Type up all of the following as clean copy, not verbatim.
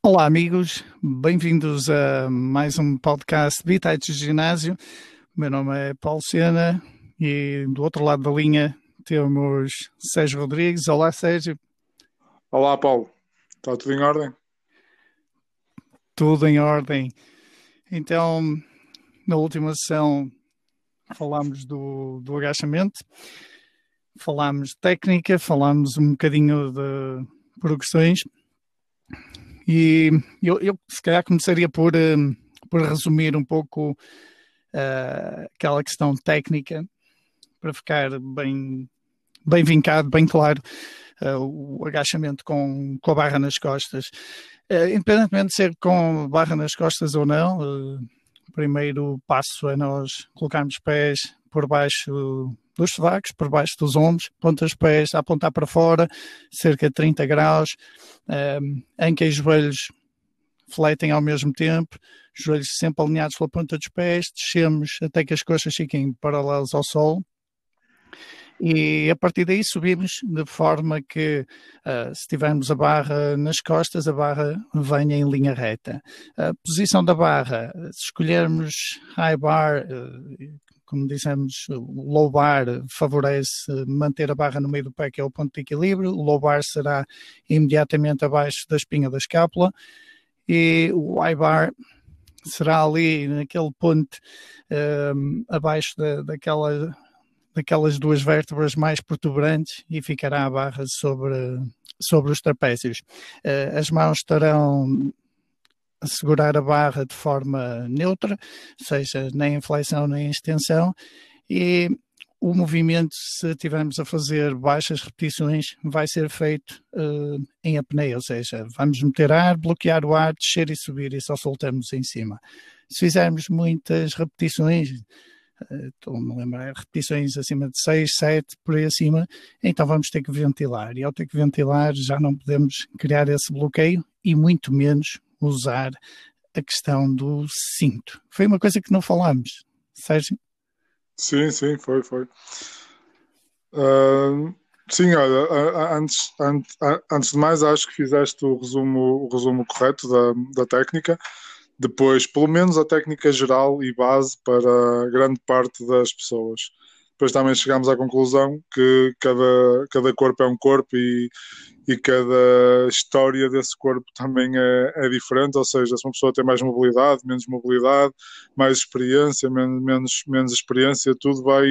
Olá amigos, bem-vindos a mais um podcast Bitites de Ginásio. O meu nome é Paulo Sena e do outro lado da linha temos Sérgio Rodrigues. Olá Sérgio. Olá, Paulo. Está tudo em ordem? Tudo em ordem. Então, na última sessão falámos do agachamento, falámos de técnica, falámos um bocadinho de progressões e eu se calhar começaria por resumir um pouco aquela questão técnica para ficar bem vincado, bem claro. O agachamento com a barra nas costas. Independentemente de ser com barra nas costas ou não, o primeiro passo é nós colocarmos os pés por baixo dos sovacos, por baixo dos ombros, ponta dos pés a apontar para fora, cerca de 30 graus, em que os joelhos fletem ao mesmo tempo, os joelhos sempre alinhados pela ponta dos pés, descemos até que as coxas fiquem paralelas ao solo. E a partir daí subimos de forma que, se tivermos a barra nas costas, a barra venha em linha reta. A posição da barra, se escolhermos high bar, como dissemos, o low bar favorece manter a barra no meio do pé, que é o ponto de equilíbrio. O low bar será imediatamente abaixo da espinha da escápula. E o high bar será ali naquele ponto abaixo daquelas duas vértebras mais protuberantes e ficará a barra sobre os trapézios. As mãos estarão a segurar a barra de forma neutra, ou seja, nem em flexão nem em extensão, e o movimento, se estivermos a fazer baixas repetições, vai ser feito em apneia, ou seja, vamos meter ar, bloquear o ar, descer e subir e só soltamos em cima. Se fizermos muitas repetições, estou-me a lembrar, repetições acima de 6, 7, por aí acima, então vamos ter que ventilar. E ao ter que ventilar já não podemos criar esse bloqueio e muito menos usar a questão do cinto. Foi uma coisa que não falámos, Sérgio? Sim, foi. Sim, olha, antes de mais, acho que fizeste o resumo correto da técnica. Depois, pelo menos a técnica geral e base para grande parte das pessoas. Depois também chegámos à conclusão que cada corpo é um corpo e cada história desse corpo também é diferente, ou seja, se uma pessoa tem mais mobilidade, menos mobilidade, mais experiência, menos experiência, tudo vai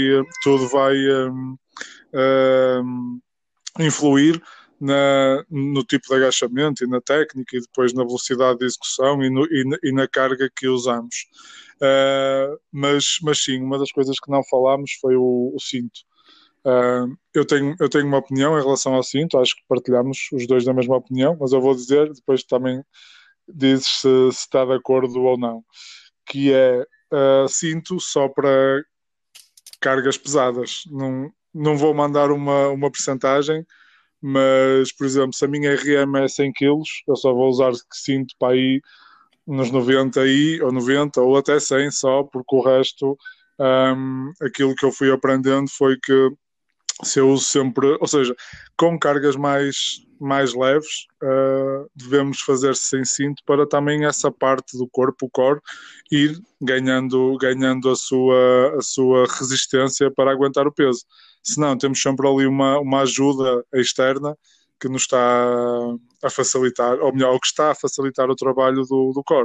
influir no tipo de agachamento e na técnica e depois na velocidade de execução e na carga que usamos. Mas sim, uma das coisas que não falámos foi o cinto. Eu tenho uma opinião em relação ao cinto, acho que partilhamos os dois da mesma opinião, mas eu vou dizer, depois também dizes se está de acordo ou não, que é cinto só para cargas pesadas. Não vou mandar uma percentagem, mas, por exemplo, se a minha RM é 100 kg, eu só vou usar cinto para aí nos 90 ou 90 ou até 100 só, porque o resto, aquilo que eu fui aprendendo foi que se eu uso sempre, ou seja, com cargas mais leves, devemos fazer sem cinto para também essa parte do corpo, o core, ir ganhando a sua resistência para aguentar o peso. Senão temos sempre ali uma ajuda externa que nos está a facilitar, ou melhor, o que está a facilitar o trabalho do core.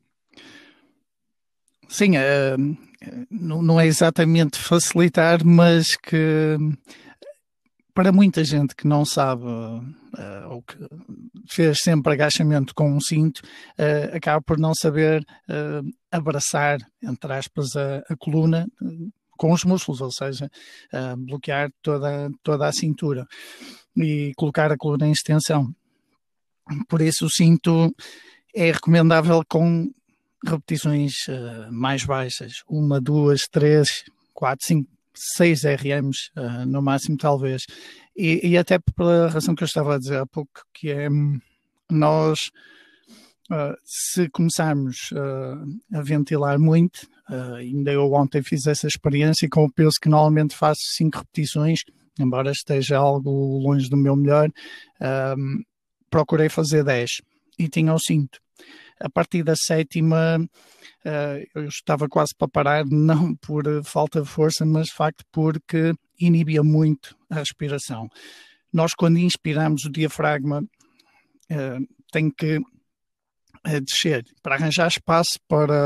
Sim, não é exatamente facilitar, mas que para muita gente que não sabe ou que fez sempre agachamento com um cinto, acaba por não saber abraçar, entre aspas, a coluna com os músculos, ou seja, bloquear toda a cintura e colocar a coluna em extensão. Por isso o cinto é recomendável com repetições mais baixas, 1, 2, 3, 4, 5, 6 RMs no máximo talvez, e até pela razão que eu estava a dizer há pouco, que é nós se começarmos a ventilar muito, ainda eu ontem fiz essa experiência com o peso que normalmente faço 5 repetições, embora esteja algo longe do meu melhor, procurei fazer 10 e tinha o cinto. A partir da 7ª, eu estava quase para parar, não por falta de força, mas de facto porque inibia muito a respiração. Nós, quando inspiramos, o diafragma tem que descer para arranjar espaço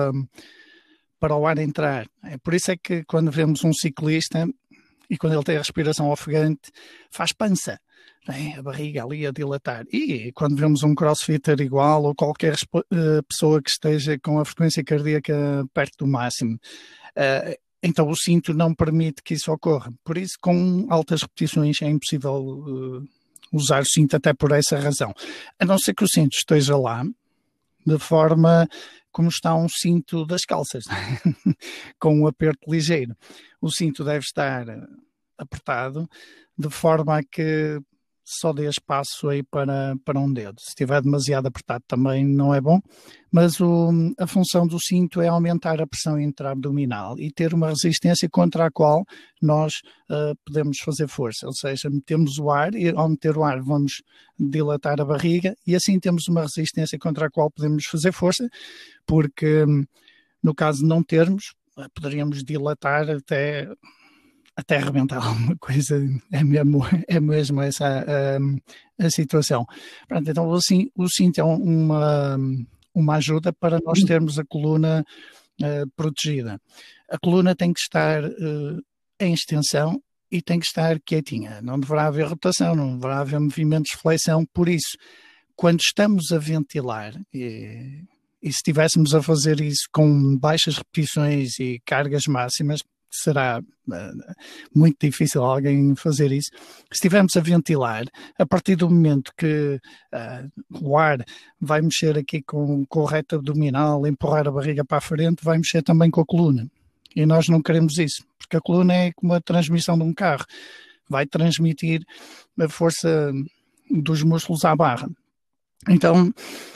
para o ar entrar. Por isso é que quando vemos um ciclista e quando ele tem a respiração ofegante, faz pança, a barriga ali a dilatar. E quando vemos um crossfitter igual, ou qualquer pessoa que esteja com a frequência cardíaca perto do máximo, então o cinto não permite que isso ocorra. Por isso, com altas repetições, é impossível usar o cinto, até por essa razão. A não ser que o cinto esteja lá, de forma como está um cinto das calças, com um aperto ligeiro. O cinto deve estar apertado, de forma a que só dê espaço aí para um dedo. Se estiver demasiado apertado também não é bom, mas a função do cinto é aumentar a pressão intra-abdominal e ter uma resistência contra a qual nós podemos fazer força, ou seja, metemos o ar e ao meter o ar vamos dilatar a barriga e assim temos uma resistência contra a qual podemos fazer força, porque no caso de não termos, poderíamos dilatar até arrebentar alguma coisa, é mesmo essa a situação. Pronto, então assim, o cinto é uma ajuda para nós termos a coluna protegida. A coluna tem que estar em extensão e tem que estar quietinha, não deverá haver rotação, não deverá haver movimentos de flexão, por isso, quando estamos a ventilar, e se estivéssemos a fazer isso com baixas repetições e cargas máximas, será muito difícil alguém fazer isso. Se estivermos a ventilar, a partir do momento que o ar vai mexer aqui com o reto abdominal, empurrar a barriga para a frente, vai mexer também com a coluna. E nós não queremos isso, porque a coluna é como a transmissão de um carro. Vai transmitir a força dos músculos à barra. Então,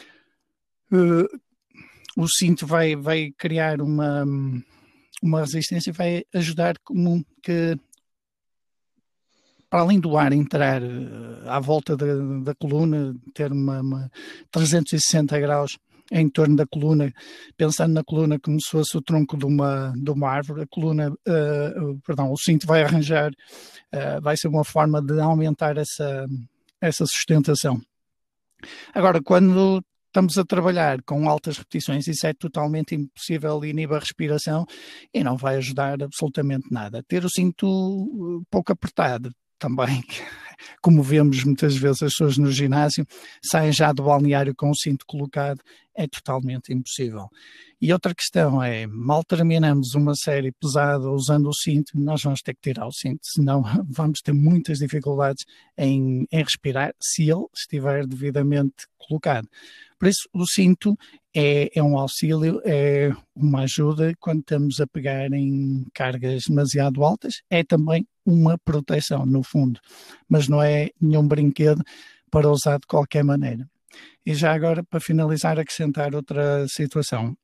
o cinto vai criar uma resistência e vai ajudar como que, para além do ar entrar à volta da coluna, ter uma 360 graus em torno da coluna, pensando na coluna como se fosse o tronco de uma árvore, a coluna, o cinto vai arranjar, vai ser uma forma de aumentar essa sustentação. Agora, quando estamos a trabalhar com altas repetições, isso é totalmente impossível, inibe a respiração e não vai ajudar absolutamente nada. Ter o cinto pouco apertado também, como vemos muitas vezes as pessoas no ginásio, saem já do balneário com o cinto colocado, é totalmente impossível. E outra questão é, mal terminamos uma série pesada usando o cinto, nós vamos ter que tirar o cinto, senão vamos ter muitas dificuldades em respirar se ele estiver devidamente colocado. Por isso, o cinto é um auxílio, é uma ajuda quando estamos a pegar em cargas demasiado altas, é também uma proteção, no fundo, mas não é nenhum brinquedo para usar de qualquer maneira. E já agora, para finalizar, acrescentar outra situação.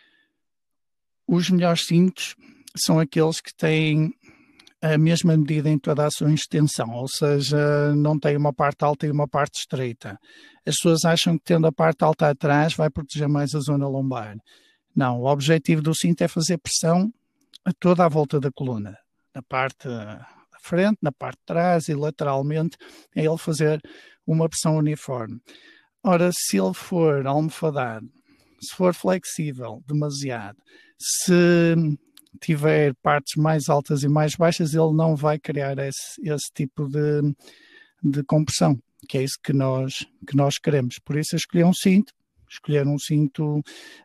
Os melhores cintos são aqueles que têm a mesma medida em toda a sua extensão, ou seja, não tem uma parte alta e uma parte estreita. As pessoas acham que tendo a parte alta atrás vai proteger mais a zona lombar. Não, o objetivo do cinto é fazer pressão a toda a volta da coluna, na parte da frente, na parte de trás e lateralmente, é ele fazer uma pressão uniforme. Ora, se ele for almofadado, se for flexível demasiado, se tiver partes mais altas e mais baixas, ele não vai criar esse tipo de compressão, que é isso que nós queremos. Por isso, escolher um cinto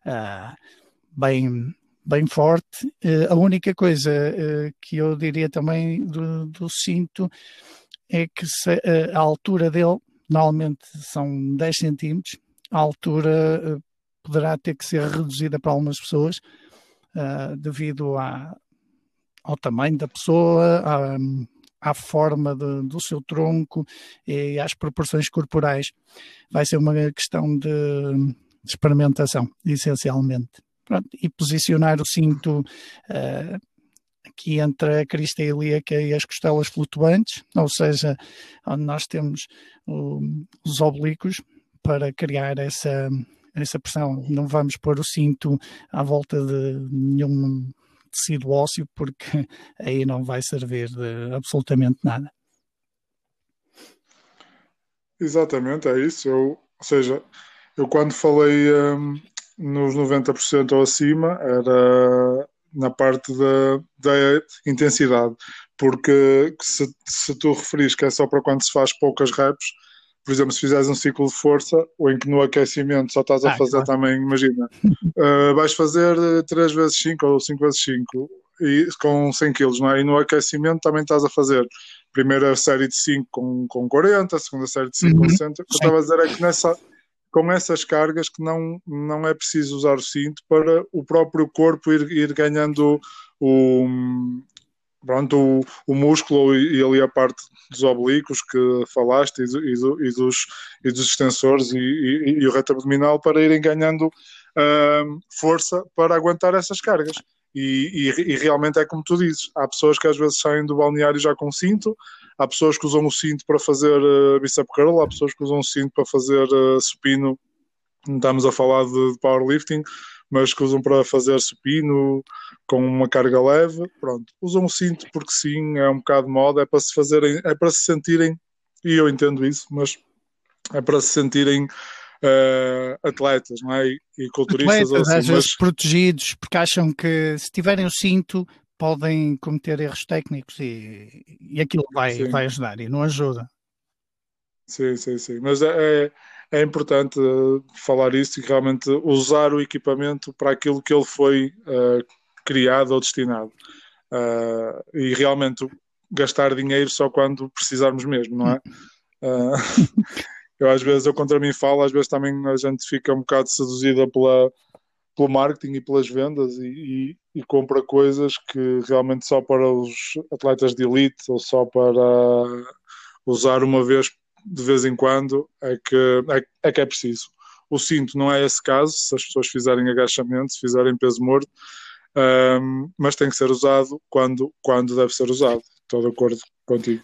bem forte. A única coisa que eu diria também do cinto é que a altura dele, normalmente são 10 centímetros, a altura poderá ter que ser reduzida para algumas pessoas, devido ao tamanho da pessoa, à forma do seu tronco e às proporções corporais. Vai ser uma questão de experimentação, essencialmente. Pronto, e posicionar o cinto aqui entre a crista ilíaca e as costelas flutuantes, ou seja, onde nós temos os oblíquos, para criar essa pressão. Não vamos pôr o cinto à volta de nenhum tecido ósseo, porque aí não vai servir de absolutamente nada. Exatamente, é isso. Ou seja, eu quando falei nos 90% ou acima, era na parte da intensidade, porque se tu referis que é só para quando se faz poucas reps, por exemplo, se fizeres um ciclo de força, ou em que no aquecimento só estás a fazer Claro. também, imagina, vais fazer 3 vezes 5 ou 5 vezes 5 e, com 100 quilos, não é? E no aquecimento também estás a fazer primeira série de 5 com 40, segunda série de 5 com 60. O que eu estava a dizer é que com essas cargas que não é preciso usar o cinto para o próprio corpo ir ganhando o músculo e ali a parte dos oblíquos que falaste e dos extensores e o reto abdominal para irem ganhando força para aguentar essas cargas. E realmente é como tu dizes, há pessoas que às vezes saem do balneário já com cinto, há pessoas que usam o cinto para fazer bicep curl, há pessoas que usam o cinto para fazer supino, não estamos a falar de powerlifting, mas que usam para fazer supino com uma carga leve, pronto, usam o cinto porque sim, é um bocado de moda, é para se fazerem, é para se sentirem, e eu entendo isso, mas é para se sentirem atletas, não é? E culturistas ou Atletas, assim, às vezes protegidos, porque acham que se tiverem o cinto podem cometer erros técnicos e aquilo vai ajudar e não ajuda. Sim, sim, sim. Mas é importante falar isso e realmente usar o equipamento para aquilo que ele foi criado ou destinado. E realmente gastar dinheiro só quando precisarmos mesmo, não é? Eu às vezes, eu contra mim falo, às vezes também a gente fica um bocado seduzida pelo marketing e pelas vendas e compra coisas que realmente só para os atletas de elite ou só para usar uma vez de vez em quando é que é preciso. O cinto não é esse caso, se as pessoas fizerem agachamento, se fizerem peso morto, mas tem que ser usado quando deve ser usado. Estou de acordo contigo.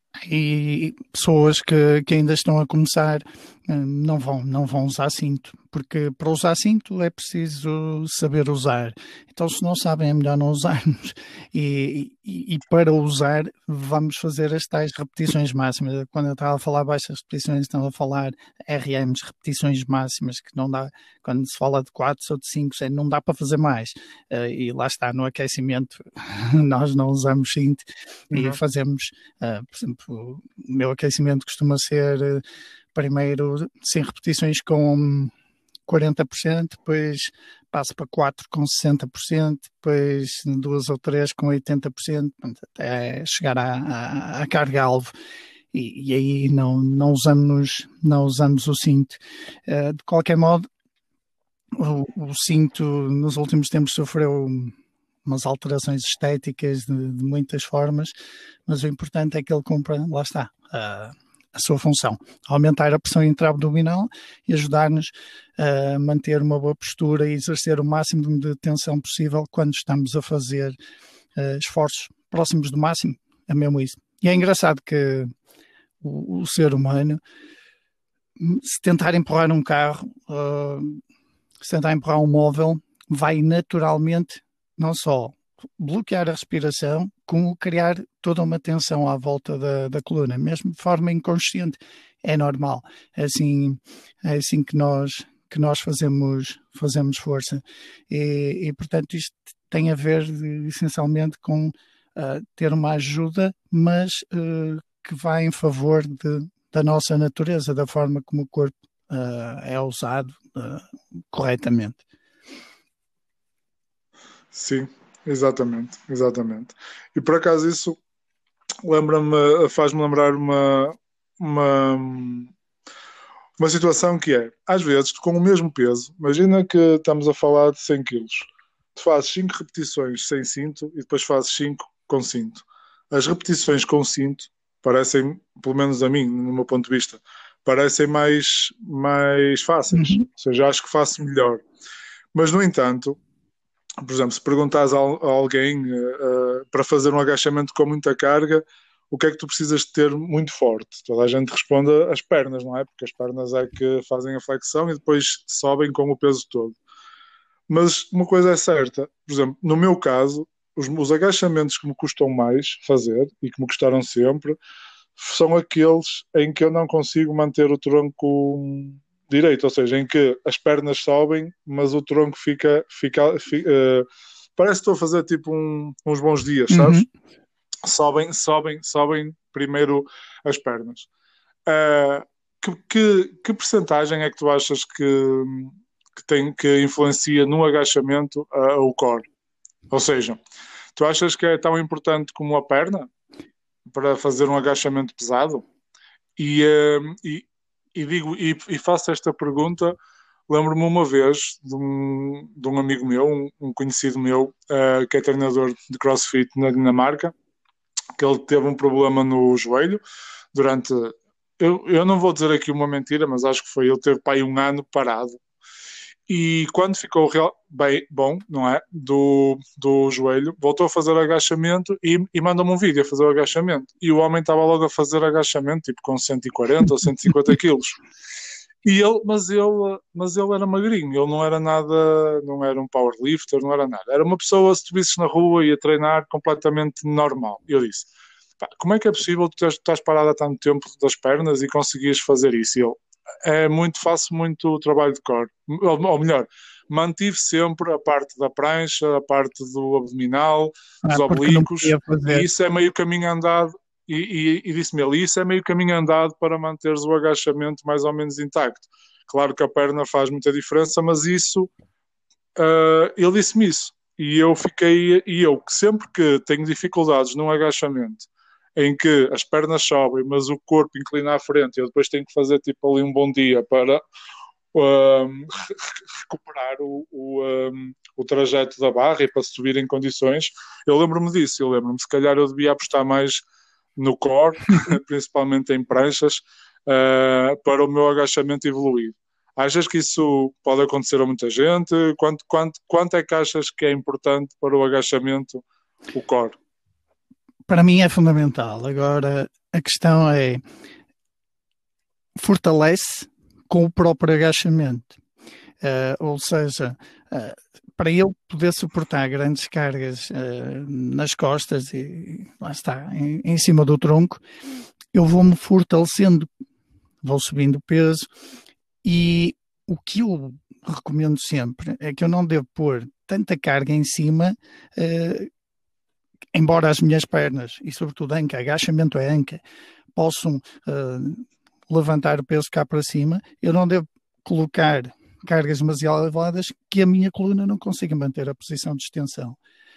E pessoas que ainda estão a começar não vão usar cinto, porque para usar cinto é preciso saber usar. Então, se não sabem, é melhor não usarmos. E para usar, vamos fazer as tais repetições máximas. Quando eu estava a falar baixas repetições, estava a falar RMs, repetições máximas, que não dá, quando se fala de 4 ou de 5, não dá para fazer mais. E lá está, no aquecimento, nós não usamos cinto e fazemos, por exemplo, o meu aquecimento costuma ser primeiro 100 repetições com 40%, depois passo para 4 com 60%, depois 2 ou 3 com 80%, até chegar à carga-alvo. E aí não usamos o cinto. De qualquer modo, o cinto nos últimos tempos sofreu umas alterações estéticas de muitas formas, mas o importante é que ele cumpra, lá está, a sua função, aumentar a pressão intra-abdominal e ajudar-nos a manter uma boa postura e exercer o máximo de tensão possível quando estamos a fazer esforços próximos do máximo, é mesmo isso. E é engraçado que o ser humano, se tentar empurrar um carro, se tentar empurrar um móvel, vai naturalmente não só bloquear a respiração, como criar toda uma tensão à volta da coluna, mesmo de forma inconsciente. É normal. É assim que nós fazemos força. E portanto, isto tem a ver essencialmente com ter uma ajuda, mas que vai em favor da nossa natureza, da forma como o corpo é usado corretamente. Sim, exatamente. E por acaso isso faz-me lembrar uma, uma situação que é, às vezes, com o mesmo peso, imagina que estamos a falar de 100 quilos, tu fazes 5 repetições sem cinto e depois fazes 5 com cinto. As repetições com cinto parecem, pelo menos a mim, no meu ponto de vista, parecem mais fáceis. Ou seja, acho que faço melhor. Mas, no entanto, por exemplo, se perguntares a alguém para fazer um agachamento com muita carga, o que é que tu precisas de ter muito forte? Toda a gente responde as pernas, não é? Porque as pernas é que fazem a flexão e depois sobem com o peso todo. Mas uma coisa é certa, por exemplo, no meu caso, os agachamentos que me custam mais fazer e que me custaram sempre são aqueles em que eu não consigo manter o tronco direito, ou seja, em que as pernas sobem, mas o tronco parece que estou a fazer tipo uns bons dias, sabes? Sobem primeiro as pernas. Uh, que percentagem é que tu achas que influencia no agachamento o core? Ou seja, tu achas que é tão importante como a perna para fazer um agachamento pesado? E faço esta pergunta. Lembro-me uma vez de um amigo meu, um conhecido meu, que é treinador de CrossFit na Dinamarca, que ele teve um problema no joelho durante... Eu não vou dizer aqui uma mentira, mas acho que foi, ele teve para aí 1 ano parado. E quando ficou bem bom, não é? Do joelho, voltou a fazer agachamento e mandou-me um vídeo a fazer o agachamento. E o homem estava logo a fazer agachamento, tipo com 140 ou 150 quilos. Mas ele era magrinho, ele não era nada, não era um powerlifter, não era nada. Era uma pessoa, se tu visses na rua, ia treinar completamente normal. E eu disse, pá, como é que é possível tu estás parado há tanto tempo das pernas e conseguires fazer isso? E ele, faço muito trabalho de core. Ou melhor, mantive sempre a parte da prancha, a parte do abdominal, dos oblíquos, e isso é meio caminho andado. E disse-me ele, isso é meio caminho andado para manteres o agachamento mais ou menos intacto. Claro que a perna faz muita diferença, mas isso, ele disse-me isso. E eu que sempre que tenho dificuldades num agachamento, em que as pernas sobem, mas o corpo inclina à frente, eu depois tenho que fazer tipo ali um bom dia para recuperar o trajeto da barra e para subir em condições. Eu lembro-me disso, se calhar eu devia apostar mais no core, principalmente em pranchas, para o meu agachamento evoluir. Achas que isso pode acontecer a muita gente? Quanto é que achas que é importante para o agachamento o core? Para mim é fundamental. Agora, a questão é, fortalece com o próprio agachamento. Ou seja, para ele poder suportar grandes cargas nas costas e lá está, em cima do tronco, eu vou-me fortalecendo, vou subindo o peso, e o que eu recomendo sempre é que eu não devo pôr tanta carga em cima, embora as minhas pernas, e sobretudo anca, agachamento é anca, possam levantar o peso cá para cima, eu não devo colocar cargas demasiado elevadas que a minha coluna não consiga manter a posição de extensão.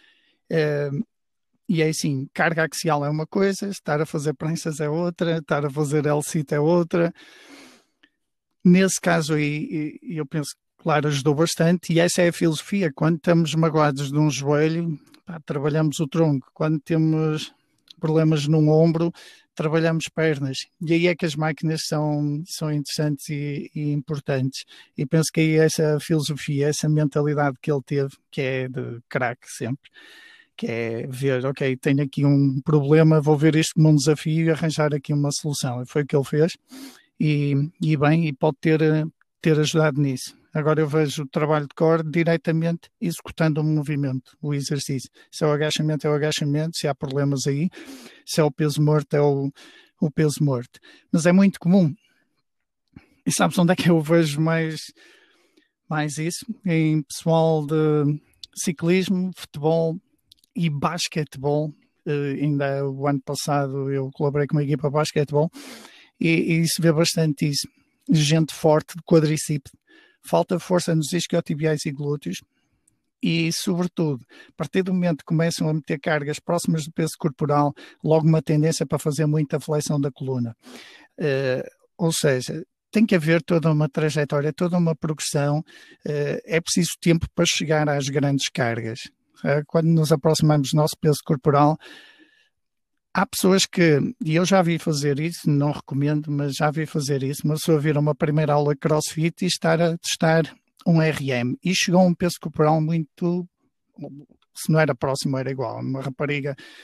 E é assim, carga axial é uma coisa, estar a fazer pranchas é outra, estar a fazer L-sit é outra. Nesse caso aí, eu penso que, claro, ajudou bastante, e essa é a filosofia. Quando estamos magoados de um joelho, trabalhamos o tronco. Quando temos problemas num ombro, trabalhamos pernas. E aí é que as máquinas são interessantes e importantes. E penso que aí essa filosofia, essa mentalidade que ele teve, que é de craque sempre, que é ver, ok, tenho aqui um problema, vou ver isto como um desafio e arranjar aqui uma solução. E foi o que ele fez. E pode ter ajudado nisso. Agora eu vejo o trabalho de core diretamente executando o movimento, o exercício. Se é o agachamento, é o agachamento. Se há problemas aí, se é o peso morto, é o peso morto. Mas é muito comum. E sabes onde é que eu vejo mais isso? Em pessoal de ciclismo, futebol e basquetebol. Ainda o ano passado eu colaborei com uma equipa de basquetebol e se vê bastante isso. Gente forte de quadríceps, falta força nos isquiotibiais e glúteos e, sobretudo, a partir do momento que começam a meter cargas próximas do peso corporal, logo uma tendência para fazer muita flexão da coluna. Ou seja, tem que haver toda uma trajetória, toda uma progressão, é preciso tempo para chegar às grandes cargas. Quando nos aproximamos do nosso peso corporal, há pessoas que, e eu já vi fazer isso, não recomendo, mas já vi fazer isso, uma pessoa vir a uma primeira aula de CrossFit e estar a testar um RM e chegou a um peso corporal muito, se não era próximo, era igual. Uma rapariga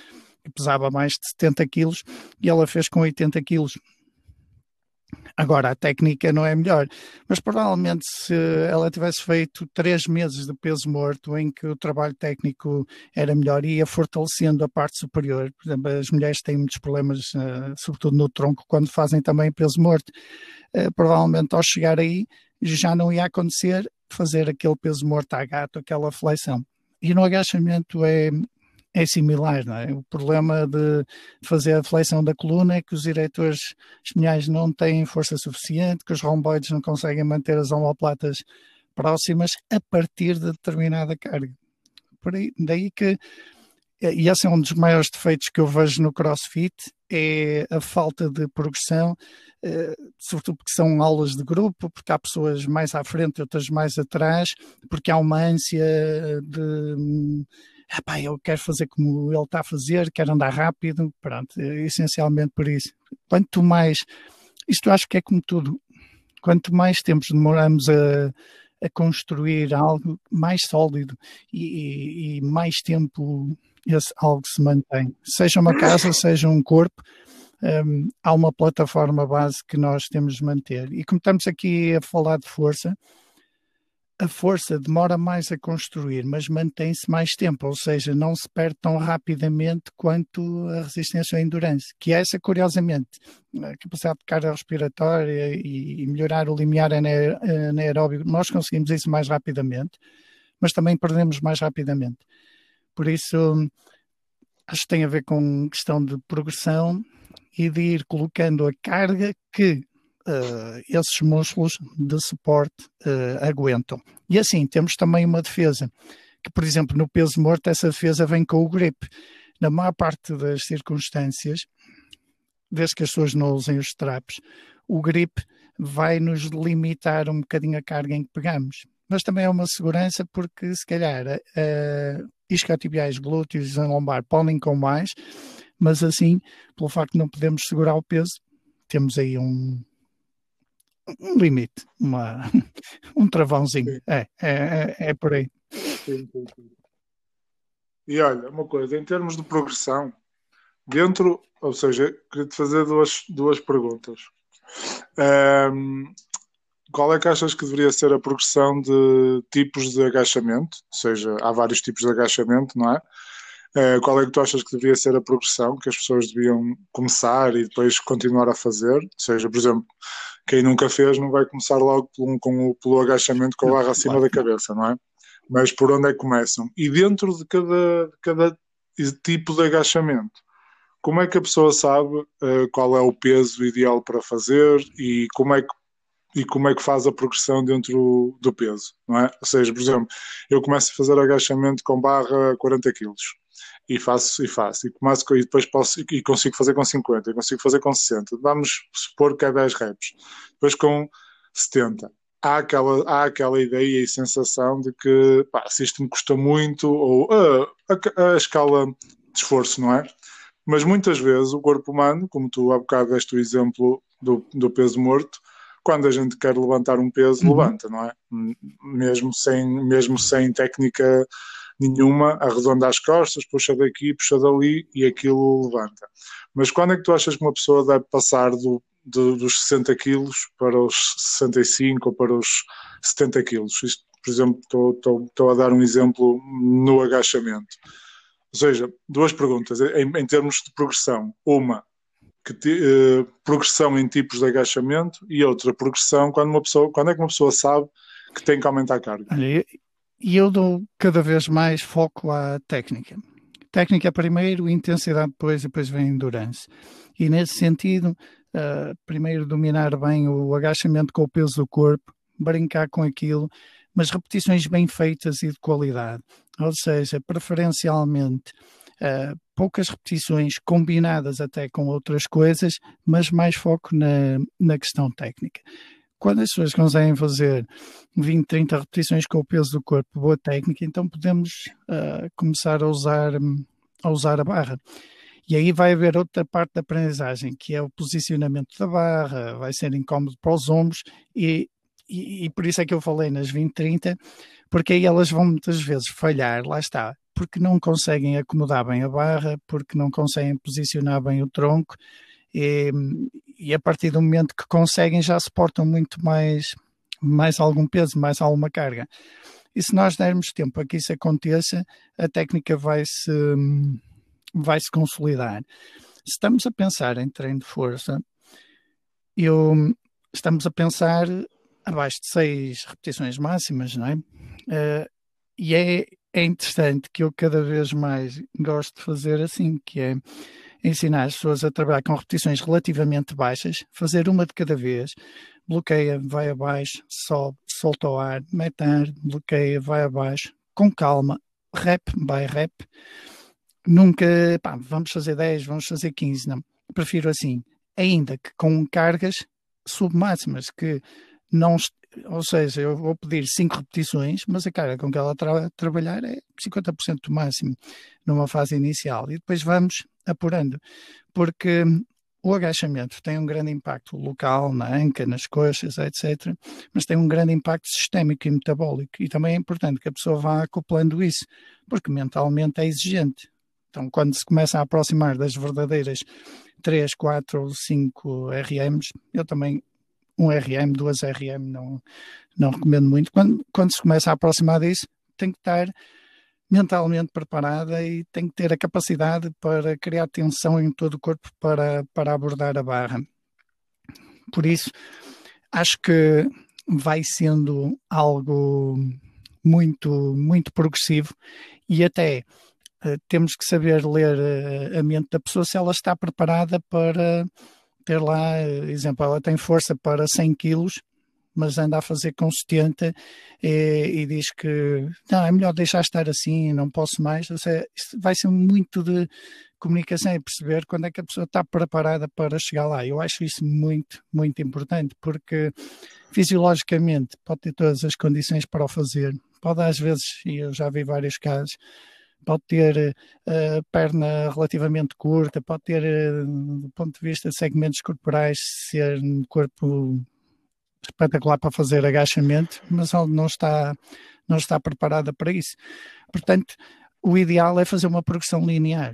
que pesava mais de 70 quilos e ela fez com 80 quilos. Agora, a técnica não é melhor, mas provavelmente se ela tivesse feito 3 meses de peso morto, em que o trabalho técnico era melhor, ia fortalecendo a parte superior. Por exemplo, as mulheres têm muitos problemas, sobretudo no tronco, quando fazem também peso morto. Provavelmente ao chegar aí já não ia acontecer fazer aquele peso morto à gato, aquela flexão. E no agachamento é similar, não é? O problema de fazer a flexão da coluna é que os eretores espinhais não têm força suficiente, que os romboides não conseguem manter as omoplatas próximas a partir de determinada carga. Por aí, daí que, e esse é um dos maiores defeitos que eu vejo no CrossFit, é a falta de progressão, sobretudo porque são aulas de grupo, porque há pessoas mais à frente, outras mais atrás, porque há uma ânsia de eu quero fazer como ele está a fazer, quero andar rápido, pronto, essencialmente por isso. Quanto mais, isto acho que é como tudo, quanto mais tempo demoramos a construir algo mais sólido e mais tempo esse algo se mantém. Seja uma casa, seja um corpo, há uma plataforma base que nós temos de manter. E como estamos aqui a falar de força, a força demora mais a construir, mas mantém-se mais tempo, ou seja, não se perde tão rapidamente quanto a resistência à endurance, que é essa, curiosamente, a capacidade de carga respiratória e melhorar o limiar anaeróbico, nós conseguimos isso mais rapidamente, mas também perdemos mais rapidamente. Por isso, acho que tem a ver com questão de progressão e de ir colocando a carga que esses músculos de suporte aguentam. E assim, temos também uma defesa, que por exemplo no peso morto essa defesa vem com o grip. Na maior parte das circunstâncias, desde que as pessoas não usem os straps, o grip vai nos limitar um bocadinho a carga em que pegamos. Mas também é uma segurança porque se calhar isquiotibiais, glúteos e lombar podem com mais, mas assim, pelo facto de não podermos segurar o peso, temos aí um limite, um travãozinho. É por aí. Sim. E olha, uma coisa, em termos de progressão, ou seja, queria-te fazer duas perguntas. Qual é que achas que deveria ser a progressão de tipos de agachamento? Ou seja, há vários tipos de agachamento, não é? Qual é que tu achas que deveria ser a progressão que as pessoas deviam começar e depois continuar a fazer? Ou seja, por exemplo, quem nunca fez não vai começar logo pelo agachamento com a barra acima da cabeça, não é? Mas por onde é que começam? E dentro de cada tipo de agachamento, como é que a pessoa sabe qual é o peso ideal para fazer e como é que faz a progressão dentro do peso, não é? Ou seja, por exemplo, eu começo a fazer agachamento com barra 40 kg e faço, e depois consigo fazer com 50, e consigo fazer com 60, vamos supor que é 10 reps, depois com 70. Há aquela ideia e sensação de que se isto me custa muito, ou a escala de esforço, não é? Mas muitas vezes o corpo humano, como tu há bocado deste o exemplo do peso morto, quando a gente quer levantar um peso, levanta, não é? Mesmo sem técnica nenhuma, arredonda as costas, puxa daqui, puxa dali e aquilo levanta. Mas quando é que tu achas que uma pessoa deve passar dos 60 quilos para os 65 ou para os 70 quilos? Isto, por exemplo, estou a dar um exemplo no agachamento. Ou seja, duas perguntas em termos de progressão. Uma, progressão em tipos de agachamento, e outra, progressão quando é que uma pessoa sabe que tem que aumentar a carga. Olha, e eu dou cada vez mais foco à técnica. Técnica primeiro, intensidade depois vem endurance. E nesse sentido, primeiro dominar bem o agachamento com o peso do corpo, brincar com aquilo, mas repetições bem feitas e de qualidade. Ou seja, preferencialmente poucas repetições combinadas até com outras coisas, mas mais foco na questão técnica. Quando as pessoas conseguem fazer 20, 30 repetições com o peso do corpo, boa técnica, então podemos começar a usar a barra. E aí vai haver outra parte da aprendizagem, que é o posicionamento da barra, vai ser incómodo para os ombros e por isso é que eu falei nas 20, 30, porque aí elas vão muitas vezes falhar, lá está, porque não conseguem acomodar bem a barra, porque não conseguem posicionar bem o tronco e a partir do momento que conseguem já suportam muito mais algum peso, mais alguma carga. E se nós dermos tempo a que isso aconteça, a técnica vai-se consolidar. Se estamos a pensar em treino de força, estamos a pensar abaixo de 6 repetições máximas, não é? E é interessante que eu cada vez mais gosto de fazer assim, que é ensinar as pessoas a trabalhar com repetições relativamente baixas, fazer uma de cada vez, bloqueia, vai abaixo, sobe, solta o ar, mete ar, bloqueia, vai abaixo, com calma, rep by rep. Nunca, vamos fazer 10, vamos fazer 15, não. Prefiro assim, ainda que com cargas submáximas, que não, ou seja, eu vou pedir 5 repetições, mas a carga com que ela trabalhar é 50% do máximo numa fase inicial. E depois vamos apurando, porque o agachamento tem um grande impacto local, na anca, nas coxas, etc. Mas tem um grande impacto sistémico e metabólico. E também é importante que a pessoa vá acoplando isso, porque mentalmente é exigente. Então, quando se começa a aproximar das verdadeiras 3, 4 ou 5 RMs, eu também, 1 RM, 2 RM, não recomendo muito. Quando se começa a aproximar disso, tem que estar mentalmente preparada e tem que ter a capacidade para criar tensão em todo o corpo para abordar a barra. Por isso, acho que vai sendo algo muito, muito progressivo e até temos que saber ler a mente da pessoa se ela está preparada para ter lá, exemplo, ela tem força para 100 quilos, mas anda a fazer com 70 e diz que não, é melhor deixar estar assim, não posso mais. Ou seja, isto vai ser muito de comunicação e perceber quando é que a pessoa está preparada para chegar lá. Eu acho isso muito, muito importante, porque fisiologicamente pode ter todas as condições para o fazer, pode às vezes, e eu já vi vários casos, pode ter a perna relativamente curta, pode ter, do ponto de vista de segmentos corporais, ser um corpo espetacular para fazer agachamento, mas não está preparada para isso. Portanto, o ideal é fazer uma progressão linear,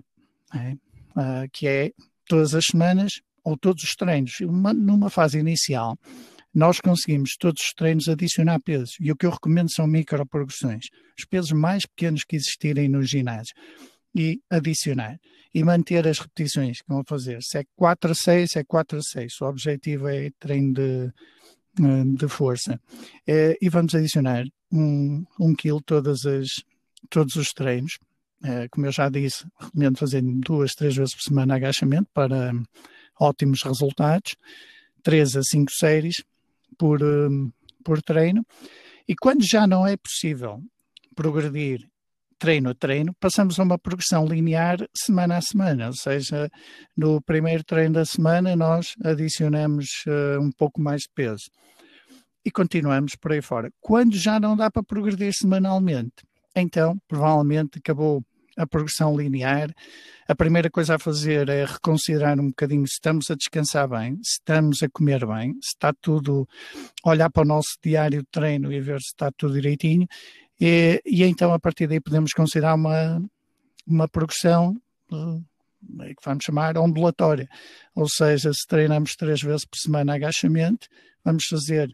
que é todas as semanas ou todos os treinos. Numa fase inicial, nós conseguimos todos os treinos adicionar pesos. E o que eu recomendo são microprogressões. Os pesos mais pequenos que existirem no ginásio. E adicionar. E manter as repetições que vão fazer. Se é 4 a 6, é 4 a 6. O objetivo é treino de força. E vamos adicionar 1 quilo todos os treinos. Como eu já disse, recomendo fazer 2, 3 vezes por semana agachamento para ótimos resultados. 3 a 5 séries por treino, e quando já não é possível progredir treino a treino, passamos a uma progressão linear semana a semana, ou seja, no primeiro treino da semana nós adicionamos um pouco mais de peso e continuamos por aí fora. Quando já não dá para progredir semanalmente, então provavelmente acabou a progressão linear. A primeira coisa a fazer é reconsiderar um bocadinho se estamos a descansar bem, se estamos a comer bem, se está tudo, olhar para o nosso diário de treino e ver se está tudo direitinho, e então a partir daí podemos considerar uma progressão que vamos chamar ondulatória, ou seja, se treinamos 3 vezes por semana agachamento, vamos fazer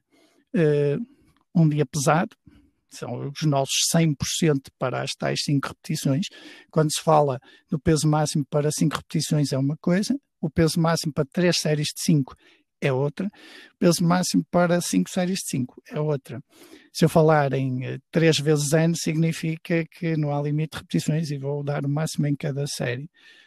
um dia pesado, são os nossos 100% para as tais 5 repetições. Quando se fala do peso máximo para 5 repetições é uma coisa, o peso máximo para 3 séries de 5 é outra, o peso máximo para 5 séries de 5 é outra. Se eu falar em 3 vezes N, significa que não há limite de repetições e vou dar o máximo em cada série.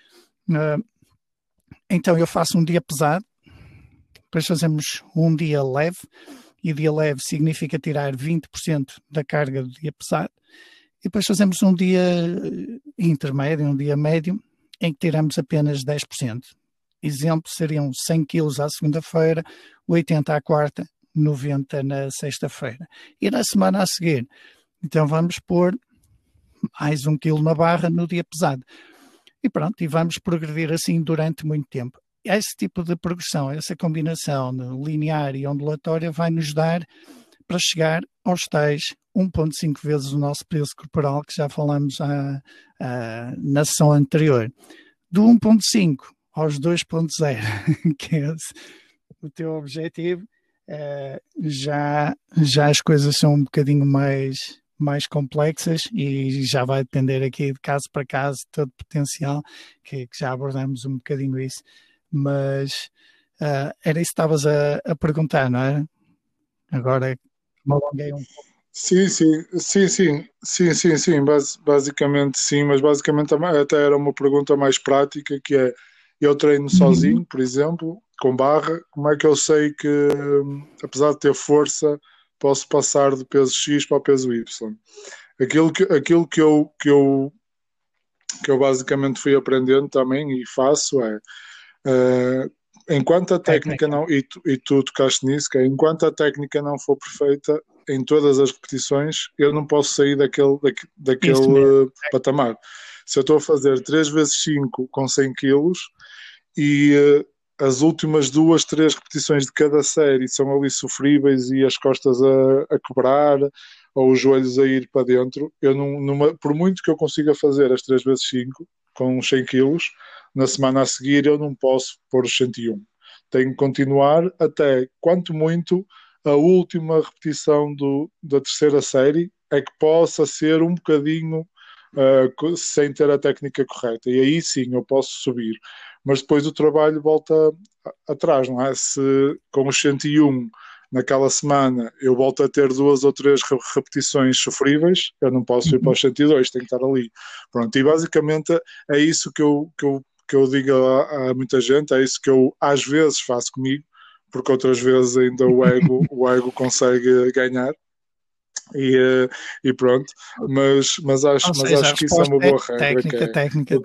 Então eu faço um dia pesado, depois fazemos um dia leve, e dia leve significa tirar 20% da carga do dia pesado. E depois fazemos um dia intermédio, um dia médio, em que tiramos apenas 10%. Exemplo, seriam 100 kg à segunda-feira, 80 à quarta, 90 na sexta-feira. E na semana a seguir, então vamos pôr mais 1 quilo na barra no dia pesado. E pronto, e vamos progredir assim durante muito tempo. Esse tipo de progressão, essa combinação linear e ondulatória vai nos dar para chegar aos tais 1,5 vezes o nosso peso corporal, que já falamos na sessão anterior. Do 1,5 aos 2,0, que é o teu objetivo, já as coisas são um bocadinho mais complexas e já vai depender aqui de caso para caso todo o potencial, que já abordamos um bocadinho isso, mas era isso que estavas a perguntar, não é? Agora me alonguei um pouco. Sim. Basicamente sim, mas basicamente até era uma pergunta mais prática, que é, eu treino sozinho, por exemplo, com barra, como é que eu sei que, apesar de ter força, posso passar do peso X para o peso Y? Aquilo que eu basicamente fui aprendendo também e faço é, enquanto a técnica não, e tu tocaste nisso, que é, enquanto a técnica não for perfeita em todas as repetições, eu não posso sair daquele patamar. Se eu estou a fazer 3 vezes 5 com 100 quilos e as últimas 2, 3 repetições de cada série são ali sofríveis e as costas a quebrar ou os joelhos a ir para dentro, eu por muito que eu consiga fazer as 3 vezes 5 com 100 quilos, na semana a seguir eu não posso pôr os 101. Tenho que continuar até, quanto muito, a última repetição da terceira série é que possa ser um bocadinho sem ter a técnica correta. E aí sim eu posso subir. Mas depois o trabalho volta atrás, não é? Se com os 101 naquela semana eu volto a ter 2 ou 3 repetições sofríveis, eu não posso ir para os 102, tenho que estar ali. Pronto, e basicamente é isso que eu digo a muita gente, é isso que eu às vezes faço comigo, porque outras vezes ainda o ego consegue ganhar. E pronto, mas acho que isso é uma boa regra. Técnica.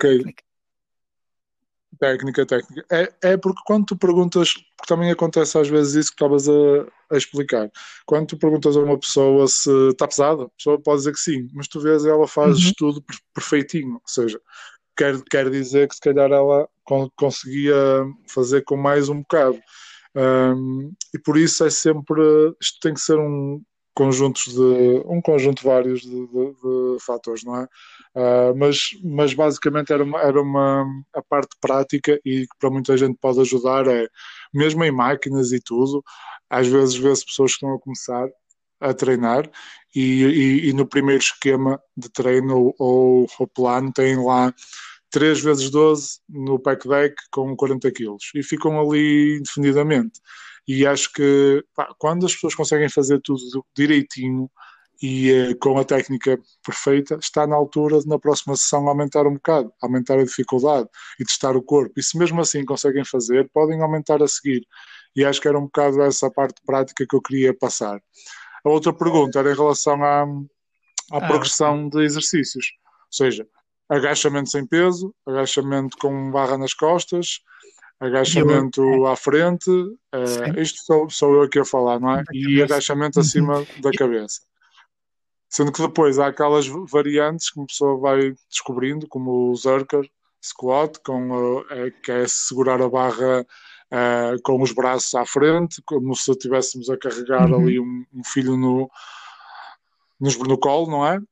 Técnica. É porque quando tu perguntas, porque também acontece às vezes isso que estavas a explicar, quando tu perguntas a uma pessoa se está pesada, a pessoa pode dizer que sim, mas tu vês ela faz tudo perfeitinho, ou seja, quer dizer que se calhar ela conseguia fazer com mais um bocado. E por isso é sempre, isto tem que ser um conjunto vários de fatores, não é? Mas basicamente era a parte prática, e que para muita gente pode ajudar é, mesmo em máquinas e tudo, às vezes vê-se pessoas que estão a começar a treinar e no primeiro esquema de treino ou plano têm lá 3 vezes 12 no pack deck com 40 quilos e ficam ali indefinidamente. E acho que quando as pessoas conseguem fazer tudo direitinho e com a técnica perfeita, está na altura de, na próxima sessão, aumentar um bocado, aumentar a dificuldade e testar o corpo. E se mesmo assim conseguem fazer, podem aumentar a seguir. E acho que era um bocado essa parte prática que eu queria passar. A outra pergunta era em relação à progressão de exercícios. Ou seja, agachamento sem peso, agachamento com barra nas costas, agachamento à frente, isto sou eu aqui a falar, não é? E agachamento acima da cabeça. Sendo que depois há aquelas variantes que uma pessoa vai descobrindo, como o Zercher Squat, que é segurar a barra com os braços à frente, como se estivéssemos a carregar ali um filho no colo, não é?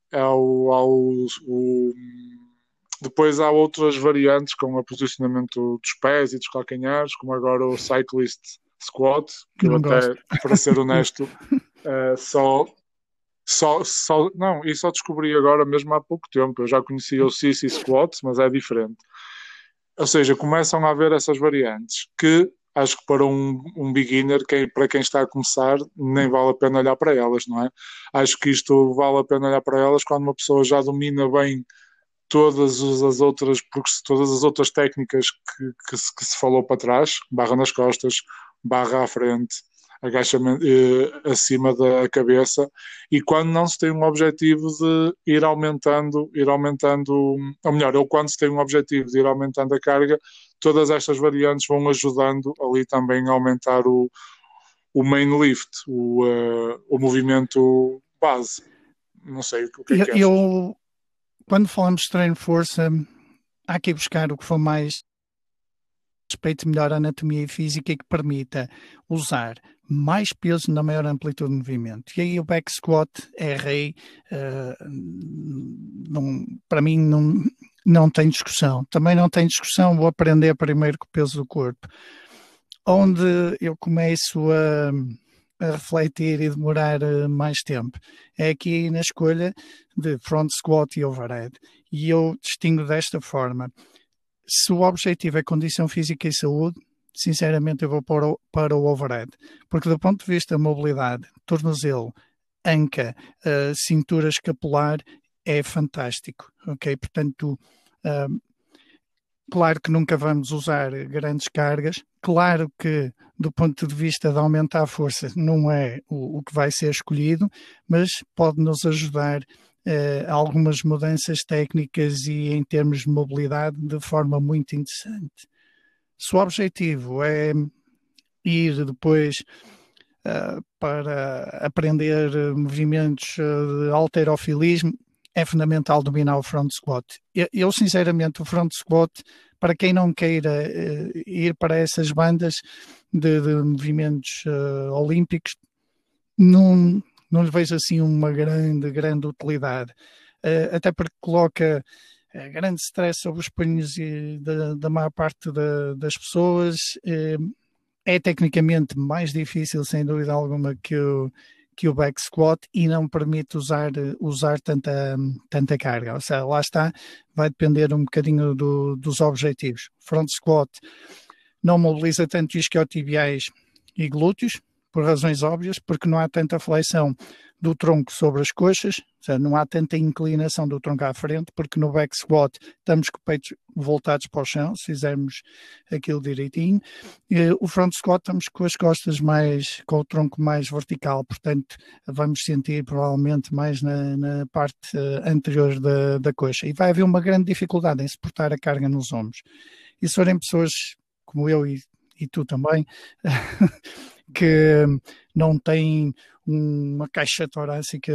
Depois há outras variantes com o posicionamento dos pés e dos calcanhares, como agora o Cyclist Squat, que eu até, para ser honesto, não, e só descobri agora mesmo há pouco tempo. Eu já conhecia o Sissy Squat, mas é diferente. Ou seja, começam a haver essas variantes que acho que para um beginner, para quem está a começar, nem vale a pena olhar para elas, não é? Acho que isto vale a pena olhar para elas quando uma pessoa já domina bem todas as outras técnicas que se falou para trás, barra nas costas, barra à frente, agachamento acima da cabeça, e quando não se tem um objetivo de ir aumentando, ou melhor, ou quando se tem um objetivo de ir aumentando a carga, todas estas variantes vão ajudando ali também a aumentar o main lift, o movimento base. Não sei o que é que achas. Quando falamos de treino de força, há que ir buscar o que for mais respeite melhor a anatomia e física e que permita usar mais peso na maior amplitude de movimento. E aí o back squat é rei, para mim não tem discussão. Também não tem discussão, vou aprender primeiro com o peso do corpo. Onde eu começo a refletir e demorar mais tempo é aqui na escolha de front squat e overhead. E eu distingo desta forma. Se o objetivo é condição física e saúde, sinceramente eu vou para o overhead, porque do ponto de vista da mobilidade, tornozelo, anca, cintura escapular, é fantástico, ok? Portanto, claro que nunca vamos usar grandes cargas, claro que do ponto de vista de aumentar a força não é o que vai ser escolhido, mas pode nos ajudar algumas mudanças técnicas e em termos de mobilidade de forma muito interessante. Se o objetivo é ir depois para aprender movimentos de halterofilismo, é fundamental dominar o front squat. Eu sinceramente, o front squat, para quem não queira ir para essas bandas de movimentos olímpicos, não lhe vejo assim uma grande utilidade. Até porque coloca grande stress sobre os punhos da maior parte das pessoas. É tecnicamente mais difícil, sem dúvida alguma, que o back squat e não permite usar tanta carga. Ou seja, lá está, vai depender um bocadinho dos objetivos. Front squat não mobiliza tanto isquiotibiais e glúteos, por razões óbvias, porque não há tanta flexão do tronco sobre as coxas, ou seja, não há tanta inclinação do tronco à frente, porque no back squat estamos com o peito voltados para o chão, se fizermos aquilo direitinho. O front squat estamos com as costas com o tronco mais vertical, portanto vamos sentir provavelmente mais na parte anterior da coxa. E vai haver uma grande dificuldade em suportar a carga nos ombros. E se forem pessoas como eu e tu também, que não têm uma caixa torácica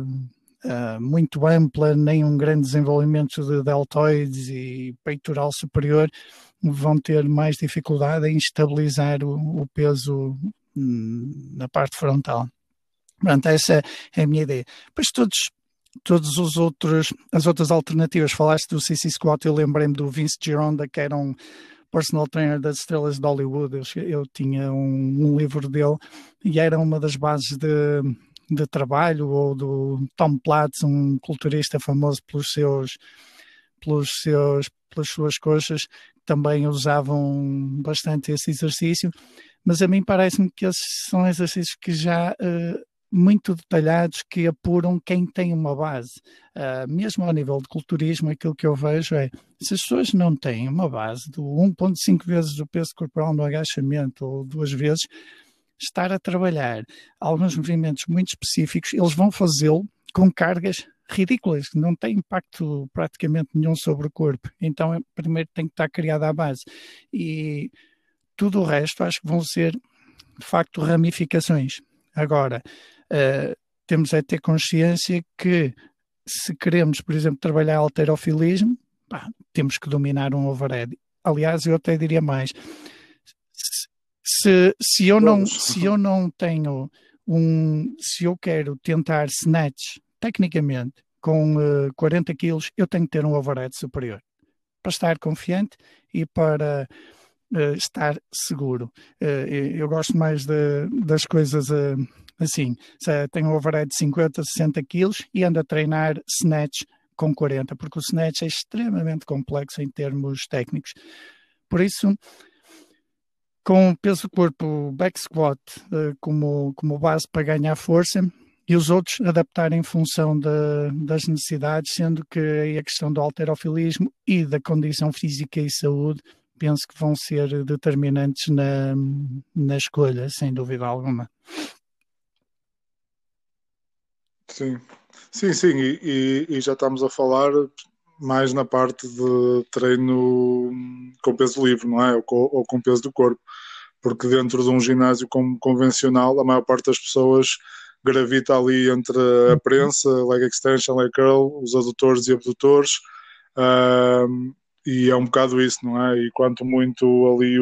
muito ampla, nem um grande desenvolvimento de deltoides e peitoral superior, vão ter mais dificuldade em estabilizar o peso na parte frontal. Portanto, essa é a minha ideia. Depois todos as outras alternativas, falaste do CC Squat, eu lembrei-me do Vince Gironda, que era um personal trainer das estrelas de Hollywood. Eu tinha um livro dele e era uma das bases de trabalho, ou do Tom Platz, um culturista famoso pelas suas coxas, que também usavam bastante esse exercício, mas a mim parece-me que esses são exercícios que já muito detalhados, que apuram quem tem uma base. Mesmo ao nível de culturismo, aquilo que eu vejo é, se as pessoas não têm uma base de 1,5 vezes o peso corporal no agachamento, ou 2 vezes, estar a trabalhar alguns movimentos muito específicos, eles vão fazê-lo com cargas ridículas, que não têm impacto praticamente nenhum sobre o corpo. Então, primeiro tem que estar criada a base. E tudo o resto acho que vão ser, de facto, ramificações. Agora, temos é ter consciência que, se queremos, por exemplo, trabalhar halterofilismo, temos que dominar um overhead. Aliás, eu até diria mais, se eu não tenho se eu quero tentar snatch tecnicamente com 40 quilos, eu tenho que ter um overhead superior para estar confiante e para estar seguro. Eu gosto mais das coisas assim. Tenho um overhead de 50, 60 quilos e ando a treinar snatch com 40, porque o snatch é extremamente complexo em termos técnicos. Por isso, com peso do corpo, back squat como base para ganhar força, e os outros adaptar em função das necessidades, sendo que a questão do halterofilismo e da condição física e saúde penso que vão ser determinantes na escolha, sem dúvida alguma. Sim, e já estamos a falar mais na parte de treino com peso livre, não é? Ou com peso do corpo, porque dentro de um ginásio convencional, a maior parte das pessoas gravita ali entre a prensa, leg extension, leg curl, os adutores e abdutores, e é um bocado isso, não é? E quanto muito ali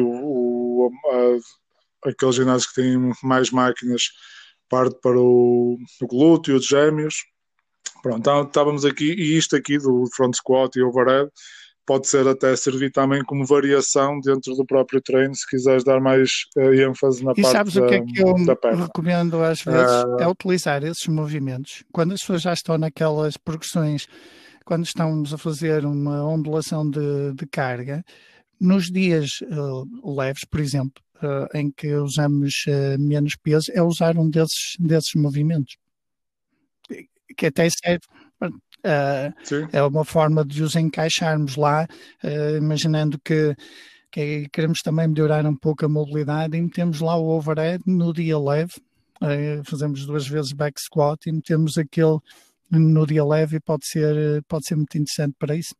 aqueles ginásios que têm mais máquinas parte para o glúteo, os gêmeos. Pronto, então, estávamos aqui, e isto aqui do front squat e overhead pode ser até servir também como variação dentro do próprio treino, se quiseres dar mais ênfase na E parte sabes o que é que eu da perna. recomendo às vezes? É utilizar esses movimentos. Quando as pessoas já estão naquelas progressões, quando estamos a fazer uma ondulação de carga, nos dias leves, por exemplo, em que usamos menos peso, é usar um desses movimentos. Que até serve... é uma forma de os encaixarmos lá, imaginando que queremos também melhorar um pouco a mobilidade e metemos lá o overhead no dia leve, fazemos 2 vezes back squat e metemos aquele no dia leve e pode ser muito interessante para isso.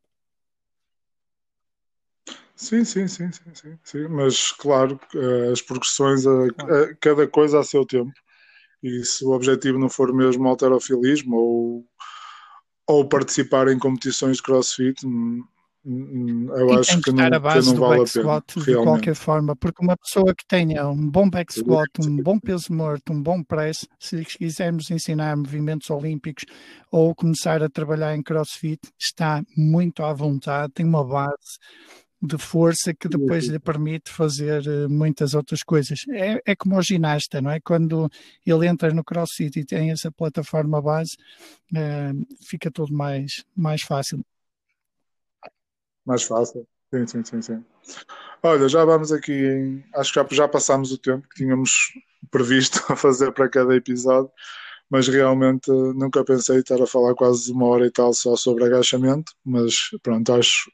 Sim, mas claro, as progressões, cada coisa a seu tempo, e se o objetivo não for mesmo halterofilismo ou participar em competições de crossfit, eu acho que não vale a pena, de qualquer forma, porque uma pessoa que tenha um bom back squat, um bom peso morto, um bom press, se quisermos ensinar movimentos olímpicos ou começar a trabalhar em crossfit, está muito à vontade, tem uma base de força que depois lhe permite fazer muitas outras coisas. É como o ginasta, não é? Quando ele entra no CrossFit e tem essa plataforma base, fica tudo mais fácil. Mais fácil, sim. Olha, já vamos aqui, acho que já passámos o tempo que tínhamos previsto a fazer para cada episódio, mas realmente nunca pensei estar a falar quase 1 hora e tal só sobre agachamento, mas pronto,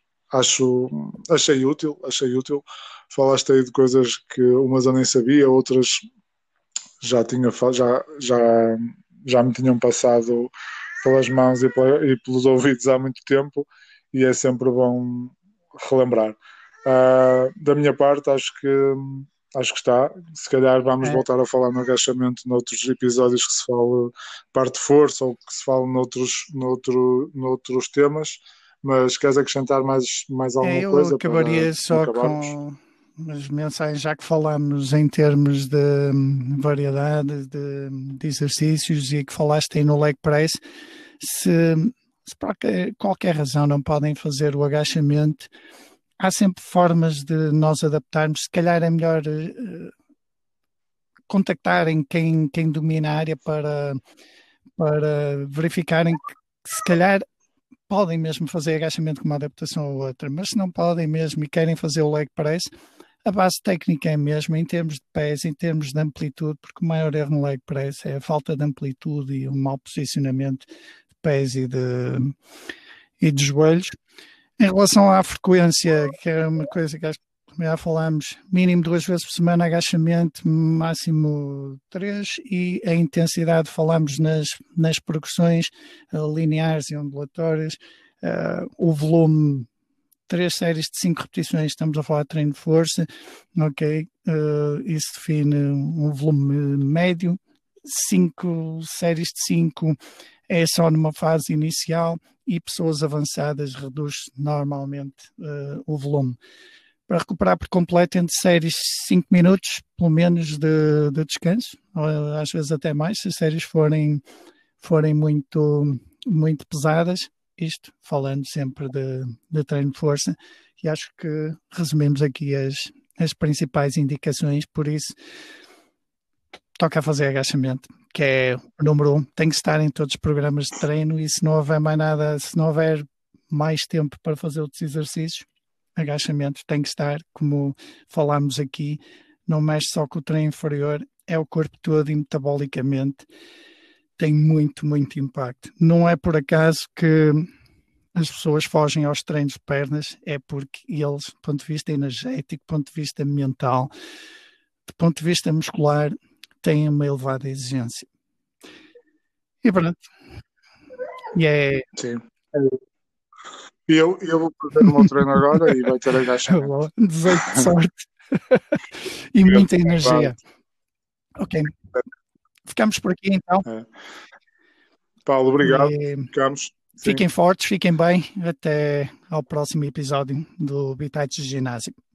achei útil. Falaste aí de coisas que umas eu nem sabia, outras já me tinham passado pelas mãos e pelos ouvidos há muito tempo, e é sempre bom relembrar. Da minha parte, acho que está. Se calhar vamos voltar a falar no agachamento noutros episódios que se fale parte de força ou que se fale noutros temas. Mas queres acrescentar mais alguma coisa? Eu acabaria só com as mensagens, já que falamos em termos de variedade de exercícios e que falaste aí no leg press, se por qualquer razão não podem fazer o agachamento, há sempre formas de nós adaptarmos. Se calhar é melhor contactarem quem domina a área para verificarem que se calhar podem mesmo fazer agachamento com uma adaptação ou outra, mas se não podem mesmo e querem fazer o leg press, a base técnica é a mesma em termos de pés, em termos de amplitude, porque o maior erro no leg press é a falta de amplitude e o mau posicionamento de pés e de joelhos. Em relação à frequência, que é uma coisa que acho que já falámos, mínimo 2 vezes por semana agachamento, máximo 3, e a intensidade falámos nas progressões lineares e ondulatórias, o volume, 3 séries de 5 repetições, estamos a falar de treino de força, ok, isso define um volume médio, 5 séries de 5 é só numa fase inicial, e pessoas avançadas reduz normalmente o volume. Para recuperar por completo entre séries 5 minutos, pelo menos, de descanso, às vezes até mais, se as séries forem muito, muito pesadas, isto falando sempre de treino de força, e acho que resumimos aqui as principais indicações, por isso toca a fazer agachamento, que é o número 1, tem que estar em todos os programas de treino, e se não houver mais nada, se não houver mais tempo para fazer outros exercícios, agachamento tem que estar, como falámos aqui, não mexe só com o treino inferior, é o corpo todo e metabolicamente tem muito, muito impacto. Não é por acaso que as pessoas fogem aos treinos de pernas, é porque eles, do ponto de vista energético, do ponto de vista mental, do ponto de vista muscular, têm uma elevada exigência. E pronto. E é... Sim. E eu vou fazer o meu treino agora e vai ter agachamento. Desejo de sorte e muita energia. Ok. Ficamos por aqui então. Paulo, obrigado. Ficamos. Sim. Fiquem fortes, fiquem bem. Até ao próximo episódio do Bitites de Ginásio.